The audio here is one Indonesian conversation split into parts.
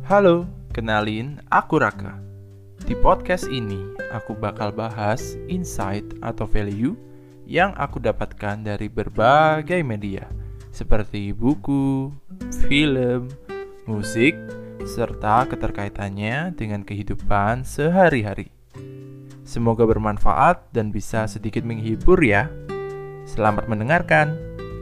Halo, kenalin aku Raka. Di podcast ini, aku bakal bahas insight atau value yang aku dapatkan dari berbagai media, seperti buku, film, musik, serta keterkaitannya dengan kehidupan sehari-hari. Semoga bermanfaat dan bisa sedikit menghibur ya. Selamat mendengarkan.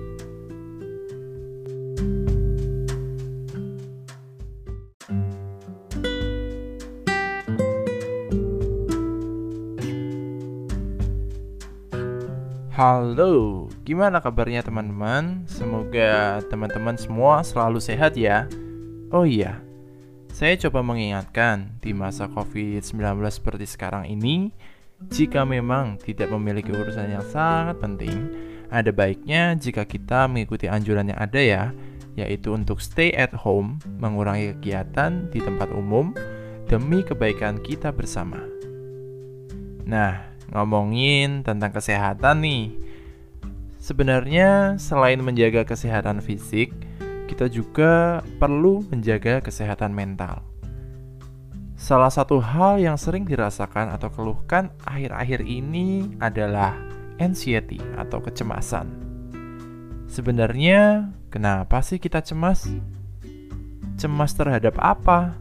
Halo, gimana kabarnya teman-teman? Semoga teman-teman semua selalu sehat ya. Oh iya, saya coba mengingatkan di masa COVID-19 seperti sekarang ini, jika memang tidak memiliki urusan yang sangat penting, ada baiknya jika kita mengikuti anjuran yang ada ya, yaitu untuk stay at home, mengurangi kegiatan di tempat umum, demi kebaikan kita bersama. Nah, ngomongin tentang kesehatan nih. Sebenarnya selain menjaga kesehatan fisik, kita juga perlu menjaga kesehatan mental. Salah satu hal yang sering dirasakan atau keluhkan akhir-akhir ini adalah anxiety atau kecemasan. Sebenarnya, kenapa sih kita cemas? Cemas terhadap apa?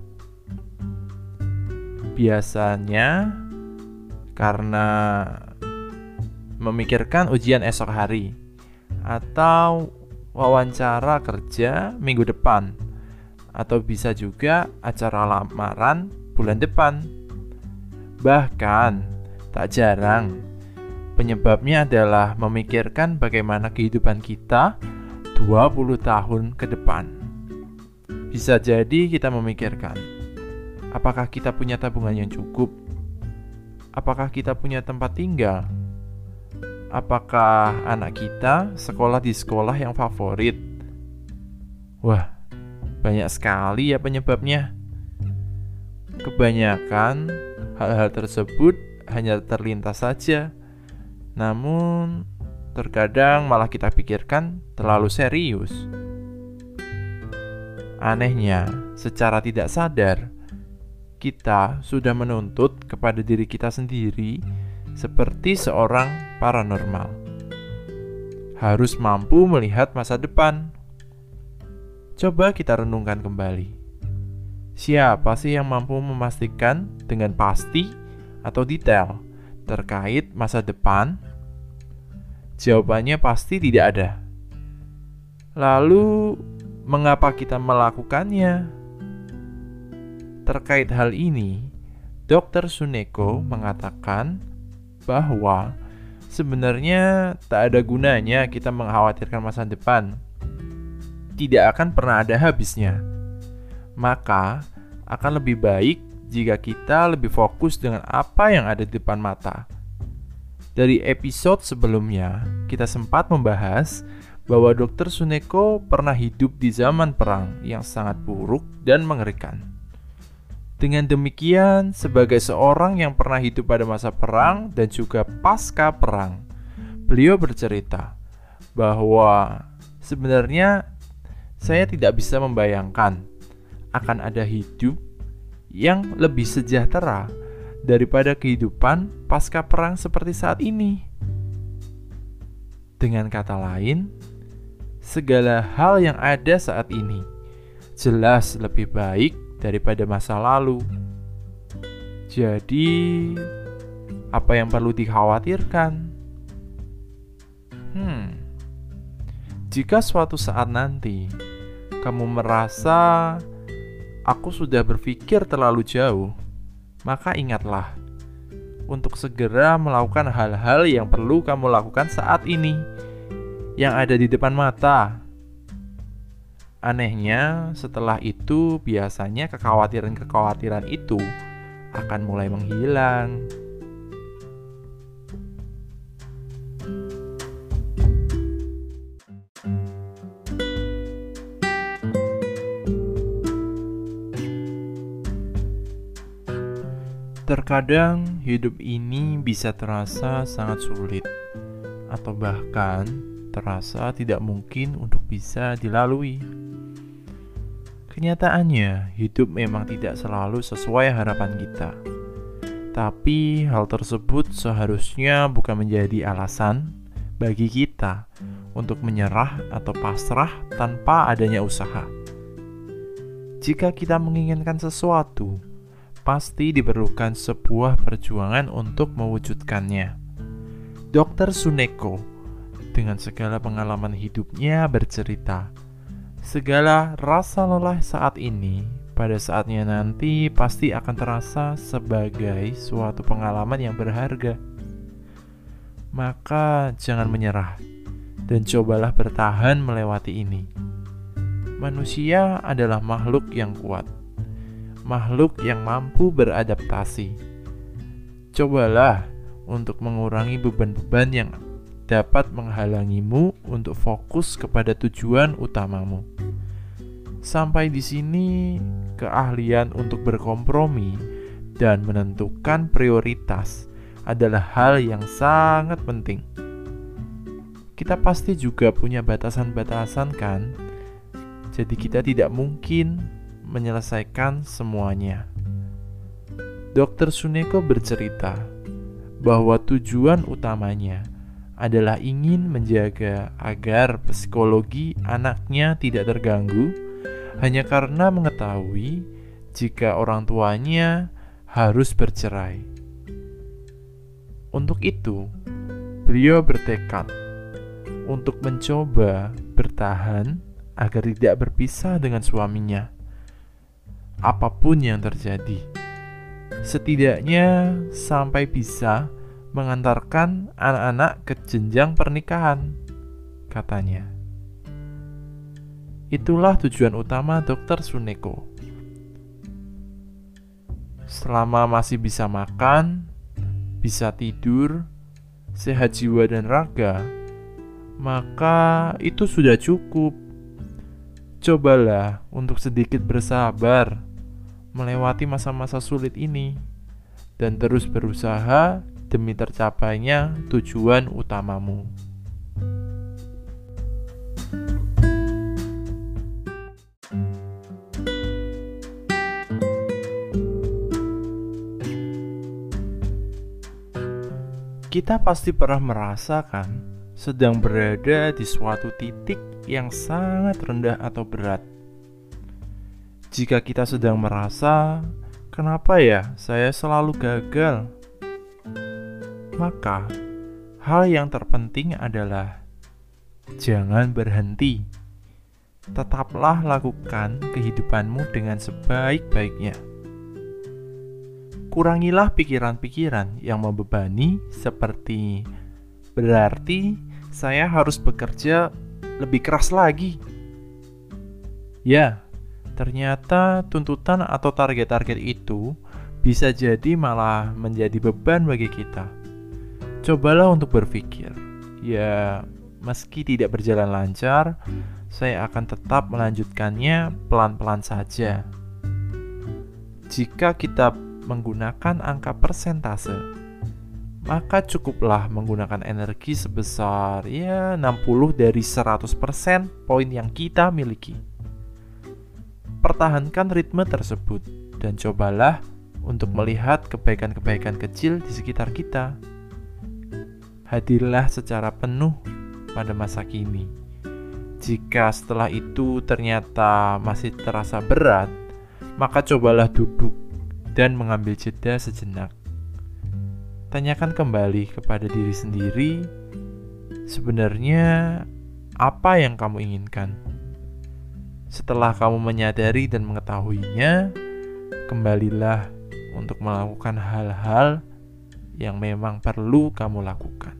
Biasanya karena memikirkan ujian esok hari atau wawancara kerja minggu depan, atau bisa juga acara lamaran bulan depan. Bahkan tak jarang penyebabnya adalah memikirkan bagaimana kehidupan kita 20 tahun ke depan. Bisa jadi kita memikirkan, apakah kita punya tabungan yang cukup? Apakah kita punya tempat tinggal? Apakah anak kita sekolah di sekolah yang favorit? Wah, banyak sekali ya penyebabnya. Kebanyakan hal-hal tersebut hanya terlintas saja. Namun, terkadang malah kita pikirkan terlalu serius. Anehnya, secara tidak sadar, kita sudah menuntut kepada diri kita sendiri seperti seorang paranormal. Harus mampu melihat masa depan. Coba kita renungkan kembali. Siapa sih yang mampu memastikan dengan pasti atau detail terkait masa depan? Jawabannya pasti tidak ada. Lalu, mengapa kita melakukannya? Terkait hal ini, Dr. Suneko mengatakan bahwa sebenarnya tak ada gunanya kita mengkhawatirkan masa depan. Tidak akan pernah ada habisnya. Maka, akan lebih baik jika kita lebih fokus dengan apa yang ada di depan mata. Dari episode sebelumnya, kita sempat membahas bahwa Dr. Suneko pernah hidup di zaman perang yang sangat buruk dan mengerikan. Dengan demikian, sebagai seorang yang pernah hidup pada masa perang dan juga pasca perang, beliau bercerita bahwa sebenarnya saya tidak bisa membayangkan akan ada hidup yang lebih sejahtera daripada kehidupan pasca perang seperti saat ini. Dengan kata lain, segala hal yang ada saat ini jelas lebih baik daripada masa lalu. Jadi, apa yang perlu dikhawatirkan? Jika suatu saat nanti kamu merasa aku sudah berpikir terlalu jauh, maka ingatlah untuk segera melakukan hal-hal yang perlu kamu lakukan saat ini, yang ada di depan mata. Anehnya, setelah itu biasanya kekhawatiran-kekhawatiran itu akan mulai menghilang. Terkadang hidup ini bisa terasa sangat sulit, atau bahkan terasa tidak mungkin untuk bisa dilalui. Kenyataannya, hidup memang tidak selalu sesuai harapan kita. Tapi hal tersebut seharusnya bukan menjadi alasan bagi kita untuk menyerah atau pasrah tanpa adanya usaha. Jika kita menginginkan sesuatu, pasti diperlukan sebuah perjuangan untuk mewujudkannya. Dr. Tsuneko dengan segala pengalaman hidupnya bercerita, segala rasa lelah saat ini pada saatnya nanti pasti akan terasa sebagai suatu pengalaman yang berharga. Maka jangan menyerah dan cobalah bertahan melewati ini. Manusia adalah makhluk yang kuat, makhluk yang mampu beradaptasi. Cobalah untuk mengurangi beban-beban yang dapat menghalangimu untuk fokus kepada tujuan utamamu. Sampai di sini, keahlian untuk berkompromi dan menentukan prioritas adalah hal yang sangat penting. Kita pasti juga punya batasan-batasan kan? Jadi kita tidak mungkin menyelesaikan semuanya. Dr. Tsuneko bercerita bahwa tujuan utamanya adalah ingin menjaga agar psikologi anaknya tidak terganggu hanya karena mengetahui jika orang tuanya harus bercerai. Untuk itu, beliau bertekad untuk mencoba bertahan agar tidak berpisah dengan suaminya, apapun yang terjadi. Setidaknya sampai bisa mengantarkan anak-anak ke jenjang pernikahan, katanya. Itulah tujuan utama Dr. Tsuneko. Selama masih bisa makan, bisa tidur, sehat jiwa dan raga, maka itu sudah cukup. Cobalah untuk sedikit bersabar melewati masa-masa sulit ini dan terus berusaha demi tercapainya tujuan utamamu. Kita pasti pernah merasakan sedang berada di suatu titik yang sangat rendah atau berat. Jika kita sedang merasa, kenapa ya saya selalu gagal? Maka, hal yang terpenting adalah jangan berhenti. Tetaplah lakukan kehidupanmu dengan sebaik-baiknya. Kurangilah pikiran-pikiran yang membebani seperti berarti saya harus bekerja lebih keras lagi. Ya, ternyata tuntutan atau target-target itu bisa jadi malah menjadi beban bagi kita. Cobalah untuk berpikir, ya meski tidak berjalan lancar, saya akan tetap melanjutkannya pelan-pelan saja. Jika kita menggunakan angka persentase, maka cukuplah menggunakan energi sebesar 60 dari 100% poin yang kita miliki. Pertahankan ritme tersebut dan cobalah untuk melihat kebaikan-kebaikan kecil di sekitar kita. Hadirlah secara penuh pada masa kini. Jika setelah itu ternyata masih terasa berat, maka cobalah duduk dan mengambil jeda sejenak. Tanyakan kembali kepada diri sendiri, sebenarnya apa yang kamu inginkan? Setelah kamu menyadari dan mengetahuinya, kembalilah untuk melakukan hal-hal yang memang perlu kamu lakukan.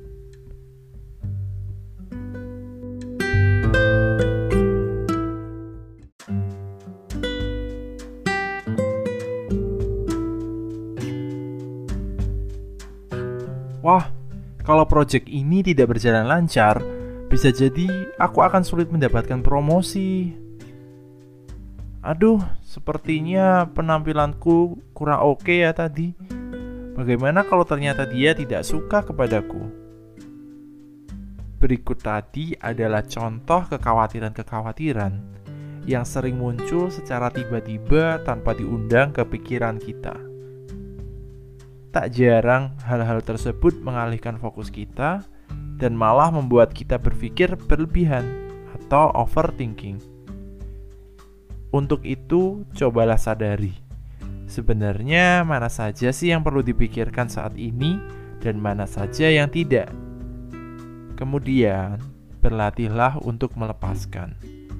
Wah, kalau proyek ini tidak berjalan lancar, bisa jadi aku akan sulit mendapatkan promosi. Aduh, sepertinya penampilanku kurang oke ya tadi. Bagaimana kalau ternyata dia tidak suka kepadaku? Berikut tadi adalah contoh kekhawatiran-kekhawatiran yang sering muncul secara tiba-tiba tanpa diundang ke pikiran kita. Tak jarang hal-hal tersebut mengalihkan fokus kita dan malah membuat kita berpikir berlebihan atau overthinking. Untuk itu, cobalah sadari, sebenarnya mana saja sih yang perlu dipikirkan saat ini dan mana saja yang tidak. Kemudian, berlatihlah untuk melepaskan.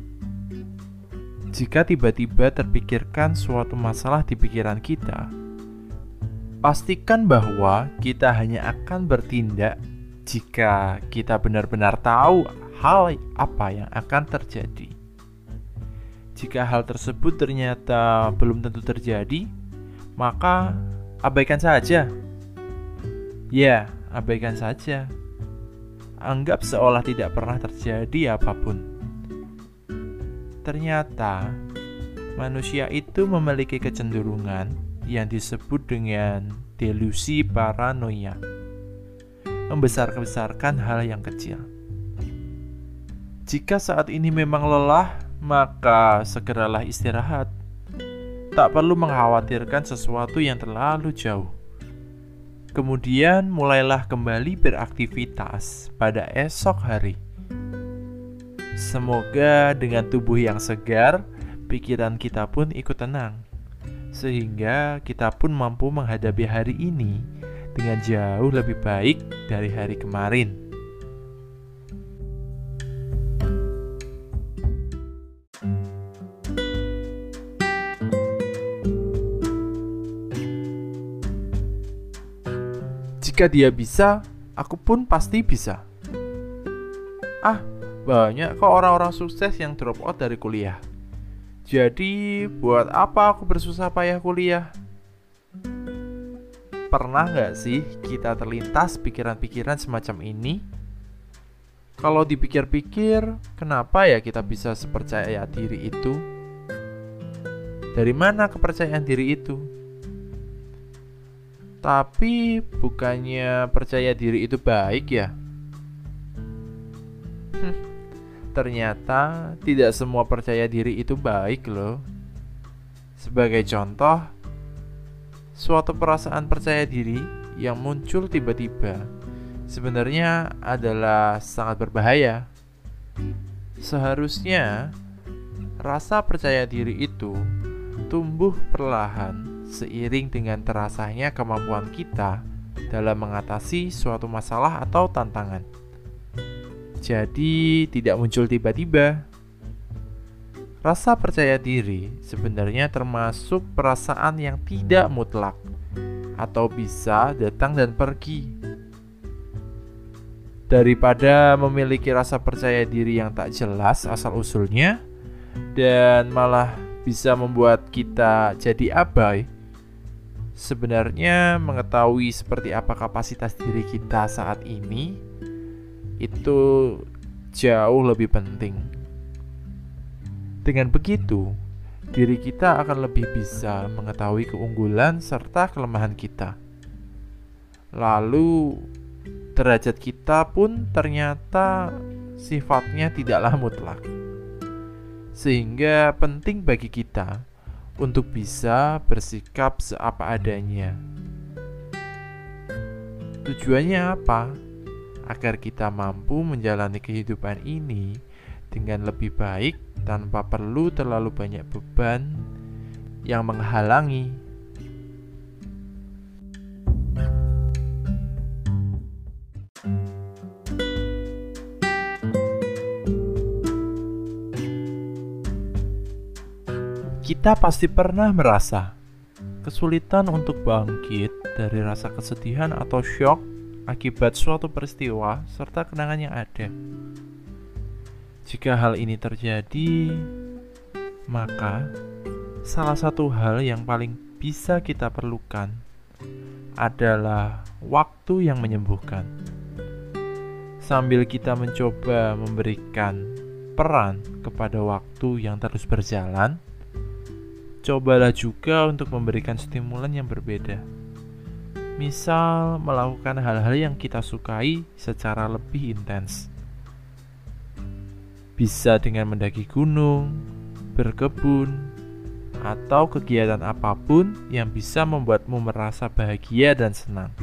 Jika tiba-tiba terpikirkan suatu masalah di pikiran kita, pastikan bahwa kita hanya akan bertindak jika kita benar-benar tahu hal apa yang akan terjadi. Jika hal tersebut ternyata belum tentu terjadi, maka abaikan saja. Ya, abaikan saja. Anggap seolah tidak pernah terjadi apapun. Ternyata, manusia itu memiliki kecenderungan yang disebut dengan delusi paranoia, membesar-besarkan hal yang kecil. Jika saat ini memang lelah, maka segeralah istirahat. Tak perlu mengkhawatirkan sesuatu yang terlalu jauh. Kemudian mulailah kembali beraktivitas pada esok hari. Semoga dengan tubuh yang segar, pikiran kita pun ikut tenang, sehingga kita pun mampu menghadapi hari ini dengan jauh lebih baik dari hari kemarin. Jika dia bisa, aku pun pasti bisa. Banyak kok orang-orang sukses yang drop out dari kuliah. Jadi, buat apa aku bersusah payah kuliah? Pernah nggak sih kita terlintas pikiran-pikiran semacam ini? Kalau dipikir-pikir, kenapa ya kita bisa sepercaya diri itu? Dari mana kepercayaan diri itu? Tapi bukannya percaya diri itu baik ya? Ternyata tidak semua percaya diri itu baik loh. Sebagai contoh, suatu perasaan percaya diri yang muncul tiba-tiba sebenarnya adalah sangat berbahaya. Seharusnya rasa percaya diri itu tumbuh perlahan seiring dengan terasanya kemampuan kita dalam mengatasi suatu masalah atau tantangan. Jadi, tidak muncul tiba-tiba. Rasa percaya diri sebenarnya termasuk perasaan yang tidak mutlak atau bisa datang dan pergi. Daripada memiliki rasa percaya diri yang tak jelas asal-usulnya dan malah bisa membuat kita jadi abai, sebenarnya mengetahui seperti apa kapasitas diri kita saat ini itu jauh lebih penting. Dengan begitu, diri kita akan lebih bisa mengetahui keunggulan serta kelemahan kita. Lalu, derajat kita pun ternyata sifatnya tidaklah mutlak. Sehingga penting bagi kita untuk bisa bersikap seapa adanya. Tujuannya apa? Agar kita mampu menjalani kehidupan ini dengan lebih baik tanpa perlu terlalu banyak beban yang menghalangi. Kita pasti pernah merasa kesulitan untuk bangkit dari rasa kesedihan atau syok akibat suatu peristiwa serta kenangan yang ada. Jika hal ini terjadi, maka salah satu hal yang paling bisa kita perlukan adalah waktu yang menyembuhkan. Sambil kita mencoba memberikan peran kepada waktu yang terus berjalan, cobalah juga untuk memberikan stimulan yang berbeda. Misal, melakukan hal-hal yang kita sukai secara lebih intens. Bisa dengan mendaki gunung, berkebun, atau kegiatan apapun yang bisa membuatmu merasa bahagia dan senang.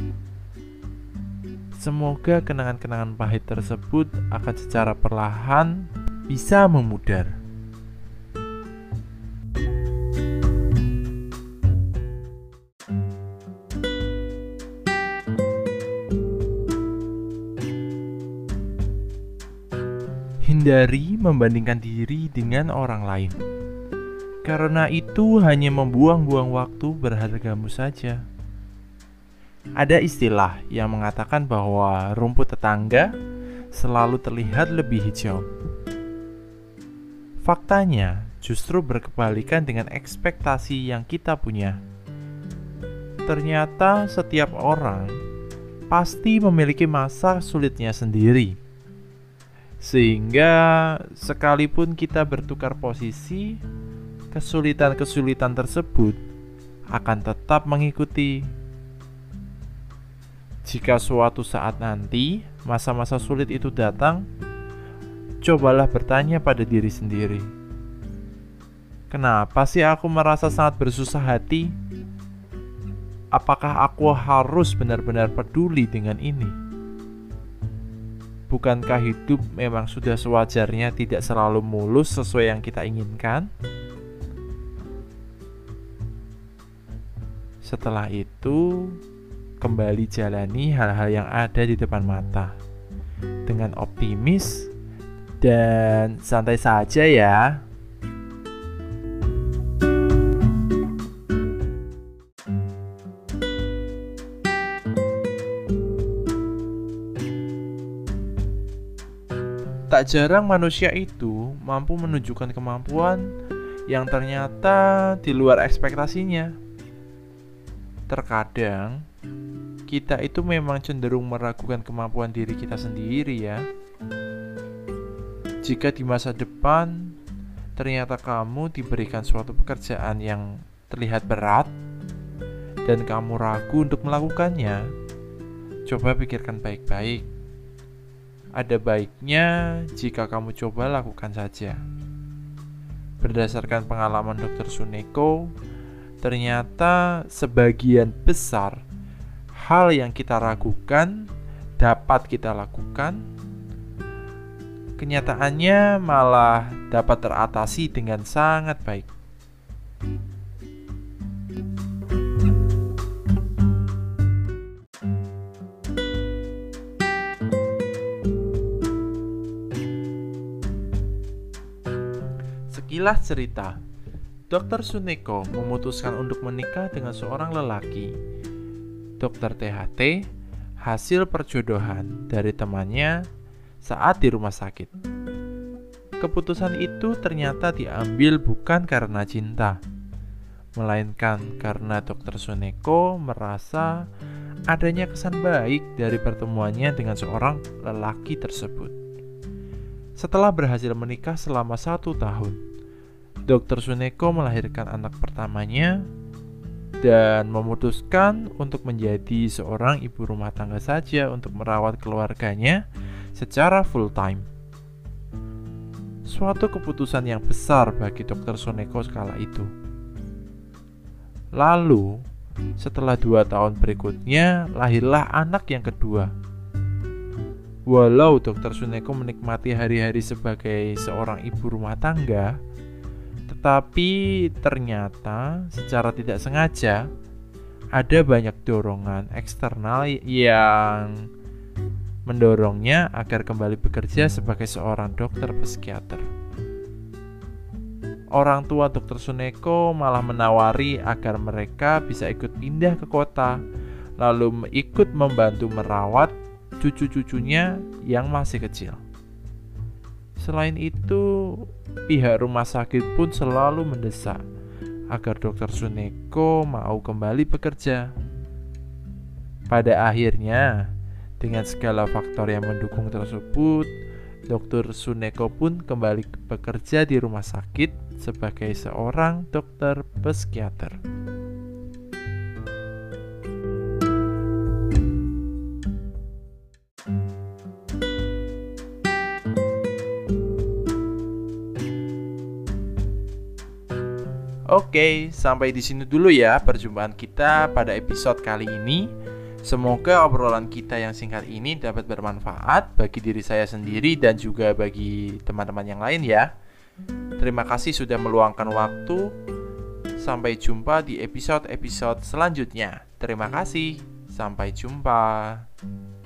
Semoga kenangan-kenangan pahit tersebut akan secara perlahan bisa memudar. Hindari membandingkan diri dengan orang lain, karena itu hanya membuang-buang waktu berhargamu saja. Ada istilah yang mengatakan bahwa rumput tetangga selalu terlihat lebih hijau. Faktanya justru berkebalikan dengan ekspektasi yang kita punya. Ternyata setiap orang pasti memiliki masa sulitnya sendiri. Sehingga sekalipun kita bertukar posisi, kesulitan-kesulitan tersebut akan tetap mengikuti. Jika suatu saat nanti masa-masa sulit itu datang, cobalah bertanya pada diri sendiri, kenapa sih aku merasa sangat bersusah hati? Apakah aku harus benar-benar peduli dengan ini? Bukankah hidup memang sudah sewajarnya tidak selalu mulus sesuai yang kita inginkan? Setelah itu, kembali jalani hal-hal yang ada di depan mata dengan optimis dan santai saja ya. Tak jarang manusia itu mampu menunjukkan kemampuan yang ternyata di luar ekspektasinya. Terkadang kita itu memang cenderung meragukan kemampuan diri kita sendiri ya. Jika di masa depan ternyata kamu diberikan suatu pekerjaan yang terlihat berat dan kamu ragu untuk melakukannya, coba pikirkan baik-baik. Ada baiknya jika kamu coba lakukan saja. Berdasarkan pengalaman Dr. Tsuneko, ternyata sebagian besar hal yang kita ragukan dapat kita lakukan. Kenyataannya malah dapat teratasi dengan sangat baik. Sekilas cerita, Dr. Tsuneko memutuskan untuk menikah dengan seorang lelaki, Dr. THT, hasil perjodohan dari temannya saat di rumah sakit. Keputusan itu ternyata diambil bukan karena cinta, melainkan karena Dr. Tsuneko merasa adanya kesan baik dari pertemuannya dengan seorang lelaki tersebut. Setelah berhasil menikah selama 1 tahun, Dr. Tsuneko melahirkan anak pertamanya dan memutuskan untuk menjadi seorang ibu rumah tangga saja untuk merawat keluarganya secara full time. Suatu keputusan yang besar bagi Dr. Tsuneko kala itu. Lalu, setelah 2 tahun berikutnya, lahirlah anak yang kedua. Walau Dr. Tsuneko menikmati hari-hari sebagai seorang ibu rumah tangga, tetapi ternyata secara tidak sengaja ada banyak dorongan eksternal yang mendorongnya agar kembali bekerja sebagai seorang dokter psikiater. Orang tua Dr. Tsuneko malah menawari agar mereka bisa ikut pindah ke kota, lalu ikut membantu merawat cucu-cucunya yang masih kecil. Selain itu, pihak rumah sakit pun selalu mendesak agar Dr. Tsuneko mau kembali bekerja. Pada akhirnya, dengan segala faktor yang mendukung tersebut, Dr. Tsuneko pun kembali bekerja di rumah sakit sebagai seorang dokter psikiater. Oke, sampai di sini dulu ya perjumpaan kita pada episode kali ini. Semoga obrolan kita yang singkat ini dapat bermanfaat bagi diri saya sendiri dan juga bagi teman-teman yang lain ya. Terima kasih sudah meluangkan waktu. Sampai jumpa di episode-episode selanjutnya. Terima kasih. Sampai jumpa.